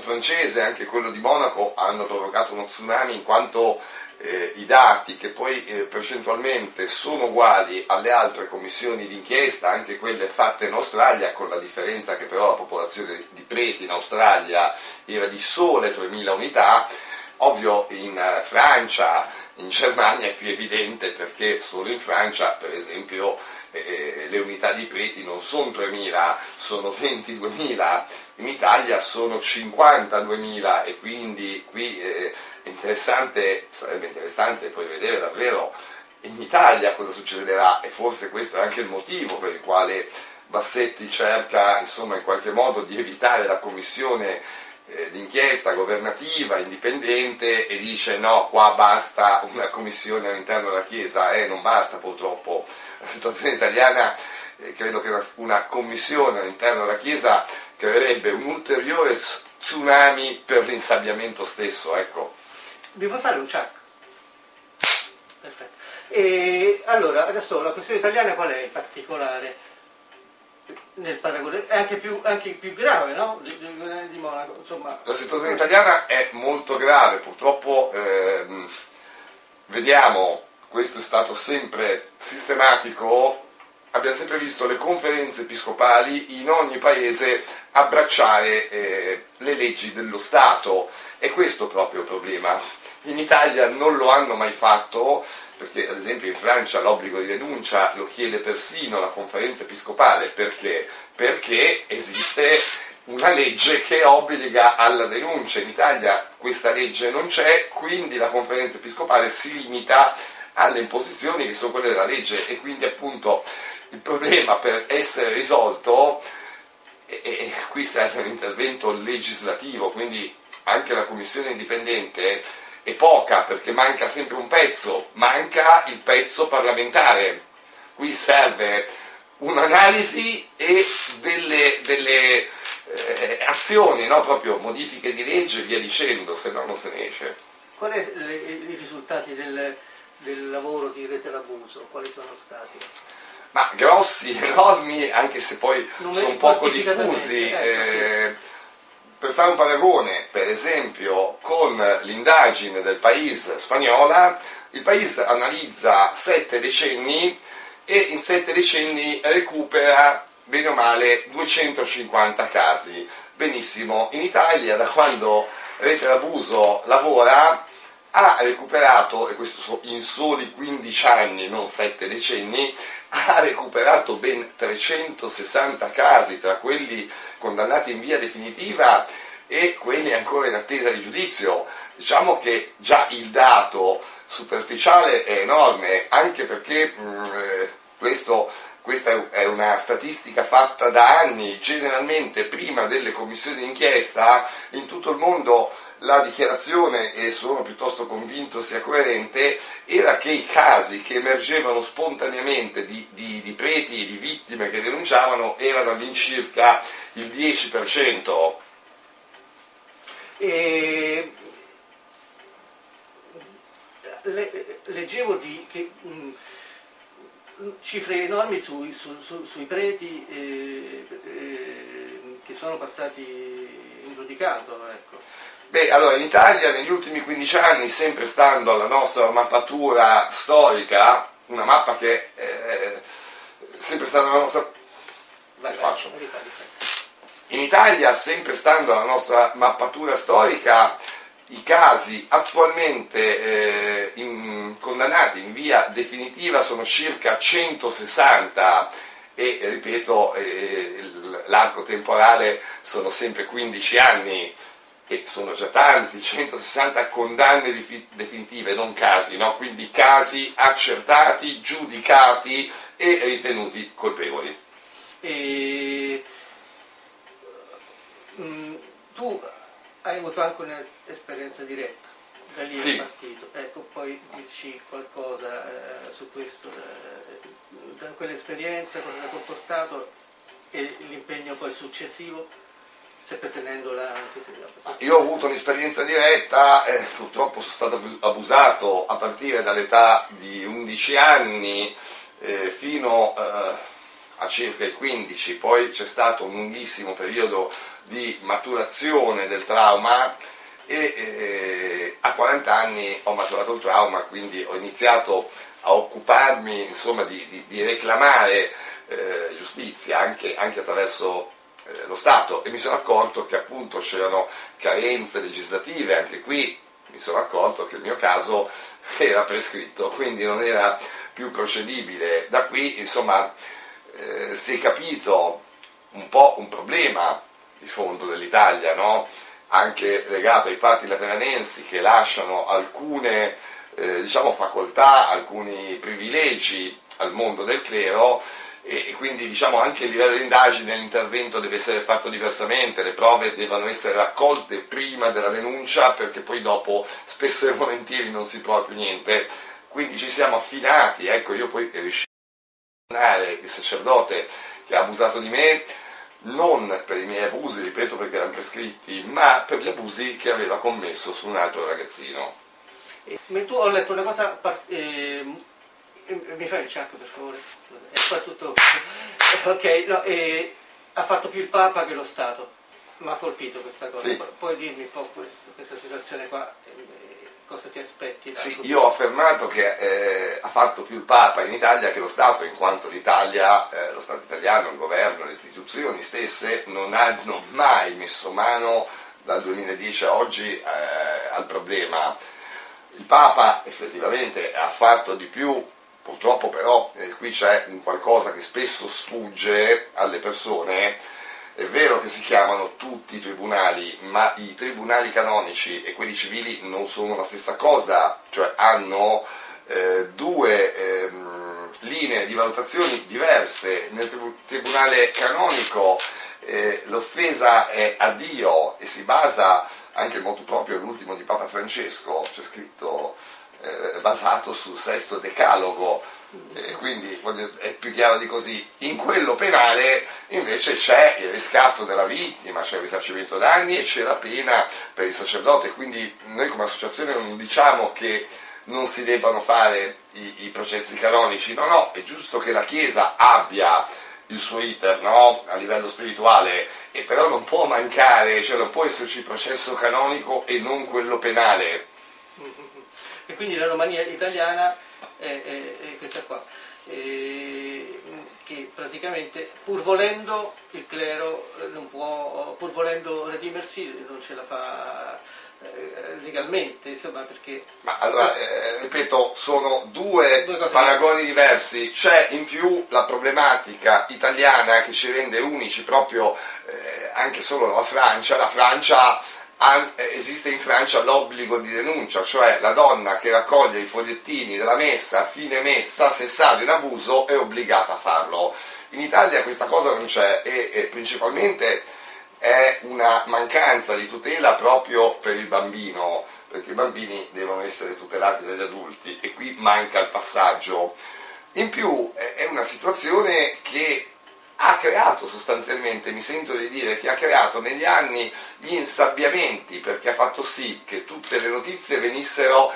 francese e anche quello di Monaco hanno provocato uno tsunami, in quanto i dati, che poi percentualmente sono uguali alle altre commissioni d'inchiesta, anche quelle fatte in Australia, con la differenza che però la popolazione di preti in Australia era di sole 3.000 unità. Ovvio, in Francia, in Germania è più evidente, perché solo in Francia, per esempio, le unità di preti non sono 3.000, sono 22.000, in Italia sono 52.000, e quindi qui sarebbe interessante poi vedere davvero in Italia cosa succederà, e forse questo è anche il motivo per il quale Bassetti cerca, insomma, in qualche modo di evitare la commissione d'inchiesta governativa indipendente, e dice no, qua basta una commissione all'interno della Chiesa. Non basta, purtroppo la situazione italiana, credo che una commissione all'interno della Chiesa creerebbe un ulteriore tsunami per l'insabbiamento stesso, ecco. Mi puoi fare un check? Perfetto. E allora, adesso la questione italiana qual è in particolare? Nel paragone è anche più grave, no? Di Monaco, insomma. La situazione italiana è molto grave, purtroppo vediamo, questo è stato sempre sistematico, abbiamo sempre visto le conferenze episcopali in ogni paese abbracciare le leggi dello Stato, e questo proprio il problema. In Italia non lo hanno mai fatto, perché ad esempio in Francia l'obbligo di denuncia lo chiede persino la conferenza episcopale. Perché? Perché esiste una legge che obbliga alla denuncia. In Italia questa legge non c'è, quindi la conferenza episcopale si limita alle imposizioni che sono quelle della legge, e quindi appunto il problema, per essere risolto, e qui serve un intervento legislativo, quindi anche la commissione indipendente è poca, perché manca sempre un pezzo, manca il pezzo parlamentare. Qui serve un'analisi e delle azioni, no? Proprio modifiche di legge e via dicendo, se no non se ne esce. Quali sono i risultati del lavoro di Rete l'Abuso? Quali sono stati? Ma grossi, enormi, anche se poi sono poco diffusi. Sì. Per fare un paragone, per esempio, con l'indagine del País spagnola, il País analizza 7 decenni e in 7 decenni recupera, bene o male, 250 casi. Benissimo, in Italia, da quando Rete l'Abuso lavora, ha recuperato, e questo in soli 15 anni, non 7 decenni, ha recuperato ben 360 casi, tra quelli condannati in via definitiva e quelli ancora in attesa di giudizio. Diciamo che già il dato superficiale è enorme, anche perché questa è una statistica fatta da anni. Generalmente prima delle commissioni d'inchiesta in tutto il mondo la dichiarazione, e sono piuttosto convinto sia coerente, era che i casi che emergevano spontaneamente di preti e di vittime che denunciavano erano all'incirca il 10%. Leggevo che cifre enormi sui preti che sono passati in giudicato, ecco. Beh, allora in Italia negli ultimi 15 anni, sempre stando alla nostra mappatura storica, una mappa che sempre stando alla nostra... In Italia, sempre stando alla nostra mappatura storica, i casi attualmente condannati in via definitiva sono circa 160 e, ripeto, l'arco temporale sono sempre 15 anni. E sono già tanti, 160 condanne definitive, non casi, no? Quindi casi accertati, giudicati e ritenuti colpevoli. Tu hai avuto anche un'esperienza diretta, da lì sì. È partito. Ecco, poi dici qualcosa su questo, da quell'esperienza, cosa ti ha comportato e l'impegno poi successivo? Io ho avuto un'esperienza diretta, purtroppo sono stato abusato a partire dall'età di 11 anni fino a circa i 15, poi c'è stato un lunghissimo periodo di maturazione del trauma e a 40 anni ho maturato il trauma, quindi ho iniziato a occuparmi insomma di reclamare giustizia anche attraverso lo Stato, e mi sono accorto che appunto c'erano carenze legislative. Anche qui mi sono accorto che il mio caso era prescritto, quindi non era più procedibile. Da qui insomma si è capito un po' un problema di fondo dell'Italia, no? Anche legato ai patti lateranensi che lasciano alcune diciamo facoltà, alcuni privilegi al mondo del clero, e quindi diciamo anche il livello di indagine, l'intervento deve essere fatto diversamente, le prove devono essere raccolte prima della denuncia, perché poi dopo spesso e volentieri non si prova più niente. Quindi ci siamo affinati, ecco, io poi riuscito a condannare il sacerdote che ha abusato di me, non per i miei abusi, ripeto, perché erano prescritti, ma per gli abusi che aveva commesso su un altro ragazzino. Tu ho letto una cosa, mi fai il ciak per favore? E poi tutto. Ok, no, ha fatto più il Papa che lo Stato, mi ha colpito questa cosa. Sì. Puoi dirmi un po' questa situazione qua, cosa ti aspetti? Sì, io ho affermato che ha fatto più il Papa in Italia che lo Stato, in quanto l'Italia, lo Stato italiano, il governo, le istituzioni stesse non hanno mai messo mano dal 2010 a oggi al problema. Il Papa effettivamente ha fatto di più, purtroppo però qui c'è un qualcosa che spesso sfugge alle persone. È vero che si chiamano tutti i tribunali, ma i tribunali canonici e quelli civili non sono la stessa cosa, cioè hanno due linee di valutazioni diverse. Nel tribunale canonico l'offesa è a Dio e si basa anche il motu proprio, l'ultimo di Papa Francesco, c'è scritto basato sul sesto decalogo, quindi è più chiaro di così. In quello penale invece c'è il riscatto della vittima, c'è il risarcimento danni e c'è la pena per il sacerdote, quindi noi come associazione non diciamo che non si debbano fare i processi canonici, no, è giusto che la Chiesa abbia il suo iter, no? A livello spirituale, e però non può mancare, cioè non può esserci il processo canonico e non quello penale. E quindi la Romania italiana è questa qua, che praticamente pur volendo il clero non può, pur volendo redimersi non ce la fa legalmente, insomma, perché... Ma allora, ripeto, sono due paragoni diversi. C'è in più la problematica italiana che ci rende unici proprio anche solo dalla Francia. La Francia esiste in Francia l'obbligo di denuncia, cioè la donna che raccoglie i fogliettini della messa a fine messa, se sa di un abuso è obbligata a farlo. In Italia questa cosa non c'è e principalmente è una mancanza di tutela proprio per il bambino, perché i bambini devono essere tutelati dagli adulti e qui manca il passaggio. In più è una situazione che ha creato sostanzialmente, mi sento di dire, che ha creato negli anni gli insabbiamenti, perché ha fatto sì che tutte le notizie venissero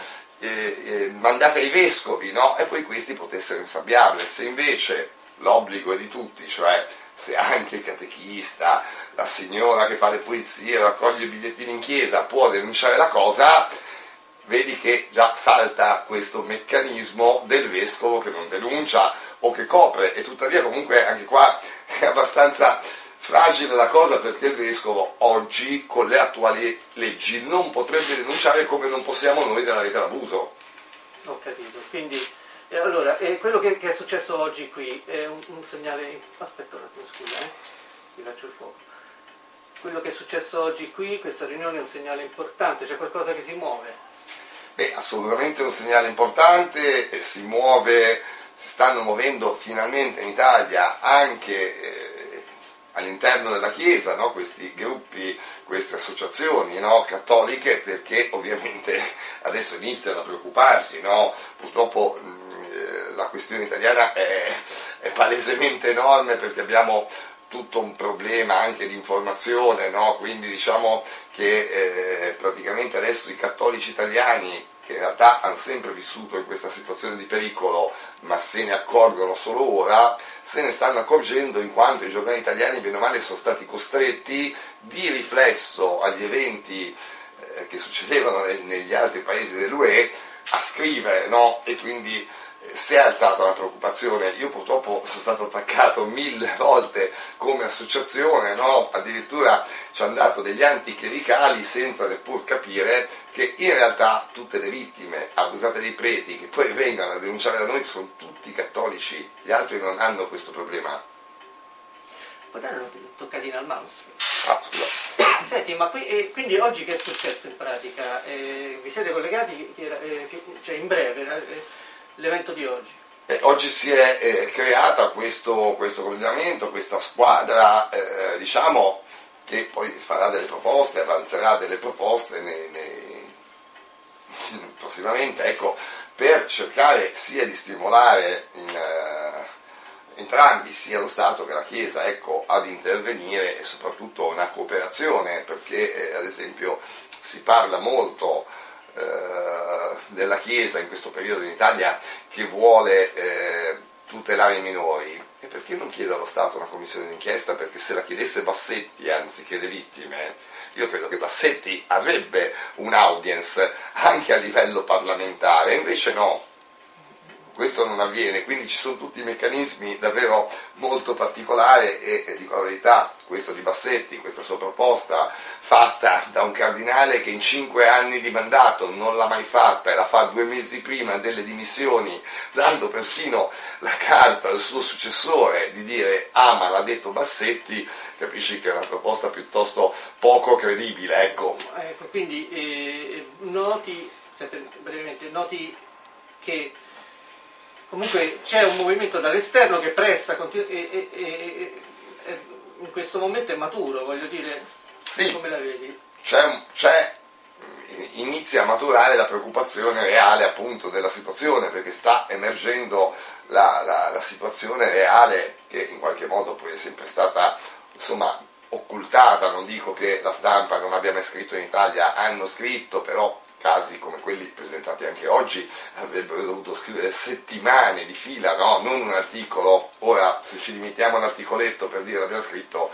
mandate ai vescovi, no? E poi questi potessero insabbiarle. Se invece l'obbligo è di tutti, cioè se anche il catechista, la signora che fa le pulizie, raccoglie i bigliettini in chiesa, può denunciare la cosa, vedi che già salta questo meccanismo del vescovo che non denuncia o che copre, e tuttavia comunque anche qua è abbastanza fragile la cosa, perché il vescovo oggi con le attuali leggi non potrebbe denunciare come non possiamo noi della rete d'abuso. Ho capito, quindi allora quello che è successo oggi qui è un segnale, aspetta un attimo, scusa, ti faccio il fuoco. Quello che è successo oggi qui, questa riunione è un segnale importante, c'è qualcosa che si muove? Beh, assolutamente un segnale importante, si muove, si stanno muovendo finalmente in Italia anche all'interno della Chiesa, no? Questi gruppi, queste associazioni, no? Cattoliche, perché ovviamente adesso iniziano a preoccuparsi, no? Purtroppo la questione italiana è palesemente enorme, perché abbiamo tutto un problema anche di informazione, no? Quindi diciamo che praticamente adesso i cattolici italiani che in realtà hanno sempre vissuto in questa situazione di pericolo, ma se ne accorgono solo ora, se ne stanno accorgendo in quanto i giornali italiani bene o male sono stati costretti di riflesso agli eventi che succedevano negli altri paesi dell'UE a scrivere, no? E quindi si è alzata una preoccupazione. Io purtroppo sono stato attaccato 1000 volte come associazione, no? Addirittura ci hanno dato degli anticlericali senza neppur capire che in realtà tutte le vittime abusate dei preti che poi vengano a denunciare da noi sono tutti cattolici, gli altri non hanno questo problema. Puoi dare una toccadina al mouse? Ah, scusa. Senti, ma quindi oggi che è successo in pratica? Vi siete collegati, cioè in breve, l'evento di oggi? Oggi si è creata questo coordinamento, questa squadra, diciamo, che poi farà delle proposte, avanzerà delle proposte prossimamente, ecco, per cercare sia di stimolare entrambi, sia lo Stato che la Chiesa, ecco, ad intervenire e soprattutto una cooperazione, perché ad esempio si parla molto della Chiesa in questo periodo in Italia che vuole tutelare i minori, e perché non chiede allo Stato una commissione d'inchiesta? Perché se la chiedesse Bassetti anziché le vittime, io credo che Bassetti avrebbe un'audience anche a livello parlamentare, invece no. Questo non avviene, quindi ci sono tutti i meccanismi davvero molto particolari e dico la verità, questo di Bassetti, questa sua proposta fatta da un cardinale che in 5 anni di mandato non l'ha mai fatta e la fa 2 mesi prima delle dimissioni, dando persino la carta al suo successore di dire ma l'ha detto Bassetti, capisci che è una proposta piuttosto poco credibile, ecco. Ecco, quindi noti, sempre brevemente, noti che comunque c'è un movimento dall'esterno che pressa e in questo momento è maturo, voglio dire, sì, come la vedi? Inizia a maturare la preoccupazione reale appunto della situazione, perché sta emergendo la situazione reale che in qualche modo poi è sempre stata, insomma, occultata. Non dico che la stampa non abbia mai scritto in Italia, hanno scritto, però casi come quelli presentati anche oggi avrebbero dovuto scrivere settimane di fila, no? Non un articolo. Ora, se ci limitiamo a un articoletto per dire l'abbiamo scritto...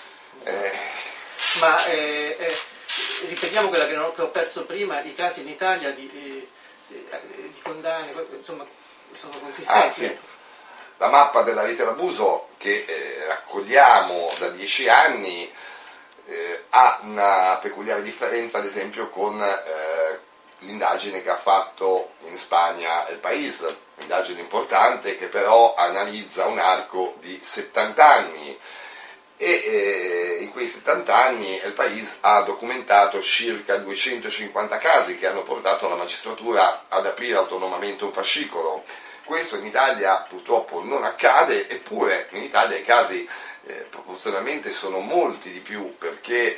Ma ripetiamo quella che ho perso prima, i casi in Italia di condanne, insomma, sono consistenti. Sì. La mappa della rete d'abuso che raccogliamo da 10 anni ha una peculiare differenza, ad esempio, con l'indagine che ha fatto in Spagna El País, un'indagine importante che però analizza un arco di 70 anni e in quei 70 anni El País ha documentato circa 250 casi che hanno portato la magistratura ad aprire autonomamente un fascicolo. Questo in Italia purtroppo non accade, eppure in Italia i casi proporzionalmente sono molti di più, perché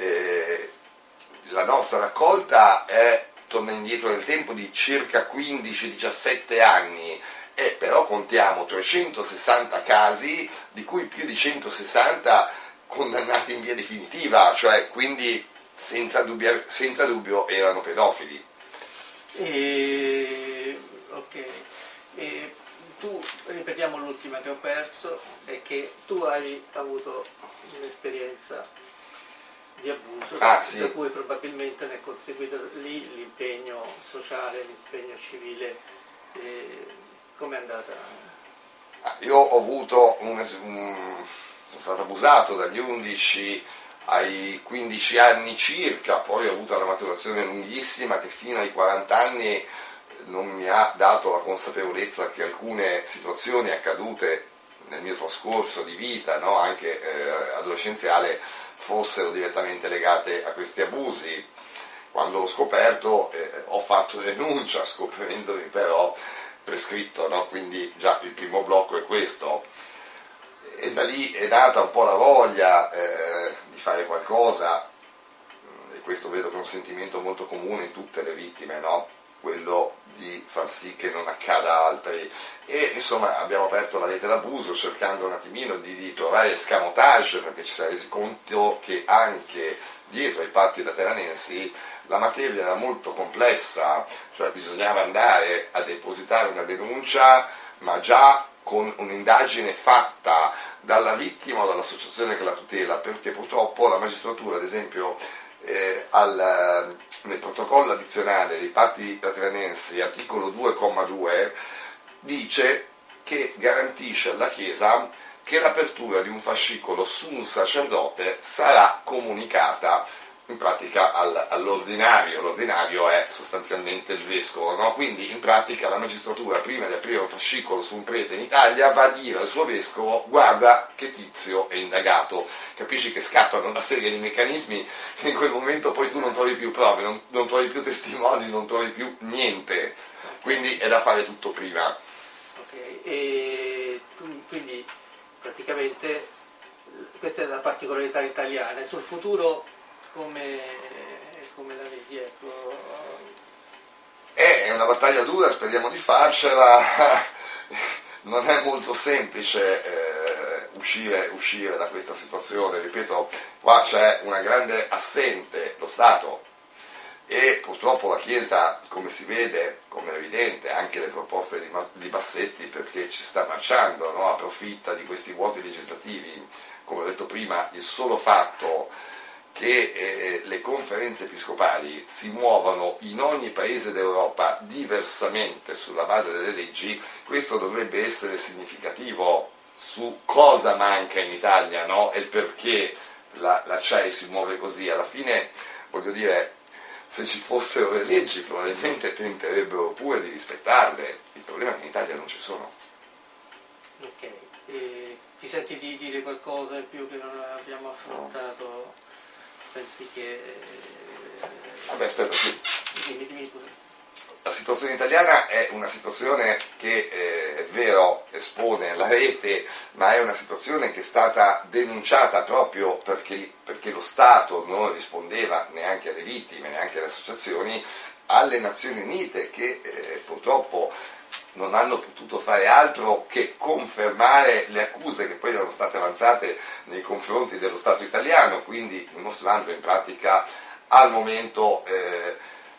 la nostra raccolta torna indietro nel tempo di circa 15-17 anni, e però contiamo 360 casi, di cui più di 160 condannati in via definitiva, cioè quindi senza dubbio erano pedofili. Ok. Tu, ripetiamo l'ultima che ho perso, è che tu hai avuto un'esperienza di abuso, Sì. Da cui probabilmente ne è conseguito lì l'impegno sociale, l'impegno civile. Com'è andata? Io ho avuto sono stato abusato dagli 11 ai 15 anni circa, poi ho avuto una maturazione lunghissima che fino ai 40 anni non mi ha dato la consapevolezza che alcune situazioni accadute nel mio trascorso di vita, no, anche adolescenziale, fossero direttamente legate a questi abusi. Quando l'ho scoperto ho fatto denuncia, scoprendomi però prescritto, no? Quindi già il primo blocco è questo. E da lì è nata un po' la voglia di fare qualcosa, e questo vedo che è un sentimento molto comune in tutte le vittime, no? Quello di far sì che non accada a altri, e insomma abbiamo aperto la rete d'abuso cercando un attimino di trovare escamotage, perché ci si è resi conto che anche dietro ai patti lateranensi, la materia era molto complessa, cioè bisognava andare a depositare una denuncia, ma già con un'indagine fatta dalla vittima o dall'associazione che la tutela, perché purtroppo la magistratura, ad esempio, nel protocollo addizionale dei patti lateranensi, articolo 2,2, dice che garantisce alla Chiesa che l'apertura di un fascicolo su un sacerdote sarà comunicata in pratica all'ordinario. L'ordinario è sostanzialmente il vescovo, no? Quindi in pratica la magistratura, prima di aprire un fascicolo su un prete in Italia, va a dire al suo vescovo: guarda che tizio è indagato. Capisci che scattano una serie di meccanismi che in quel momento poi tu non trovi più prove, non trovi più testimoni, non trovi più niente, quindi è da fare tutto prima. Ok, e quindi praticamente questa è la particolarità italiana. E sul futuro come la vedi? Ecco. È una battaglia dura, speriamo di farcela. Non è molto semplice uscire da questa situazione. Ripeto, qua c'è una grande assente, lo Stato, e purtroppo la Chiesa, come si vede, come è evidente, anche le proposte di Bassetti, perché ci sta marciando, no? Approfitta di questi vuoti legislativi. Come ho detto prima, il solo fatto che le conferenze episcopali si muovano in ogni paese d'Europa diversamente sulla base delle leggi, questo dovrebbe essere significativo su cosa manca in Italia, no? E il perché la CEI si muove così. Alla fine, voglio dire, se ci fossero le leggi probabilmente tenterebbero pure di rispettarle, il problema è che in Italia non ci sono. Ok, ti senti di dire qualcosa in più che non abbiamo affrontato? Pensi che... Vabbè, aspetta, sì. Dimmi pure. La situazione italiana è una situazione che, è vero, espone la rete, ma è una situazione che è stata denunciata proprio perché lo Stato non rispondeva neanche alle vittime, neanche alle associazioni, alle Nazioni Unite, che purtroppo non hanno potuto fare altro che confermare le accuse che poi erano state avanzate nei confronti dello Stato italiano, quindi dimostrando in pratica al momento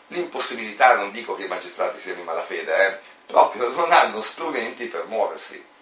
l'impossibilità, non dico che i magistrati siano in malafede, proprio non hanno strumenti per muoversi.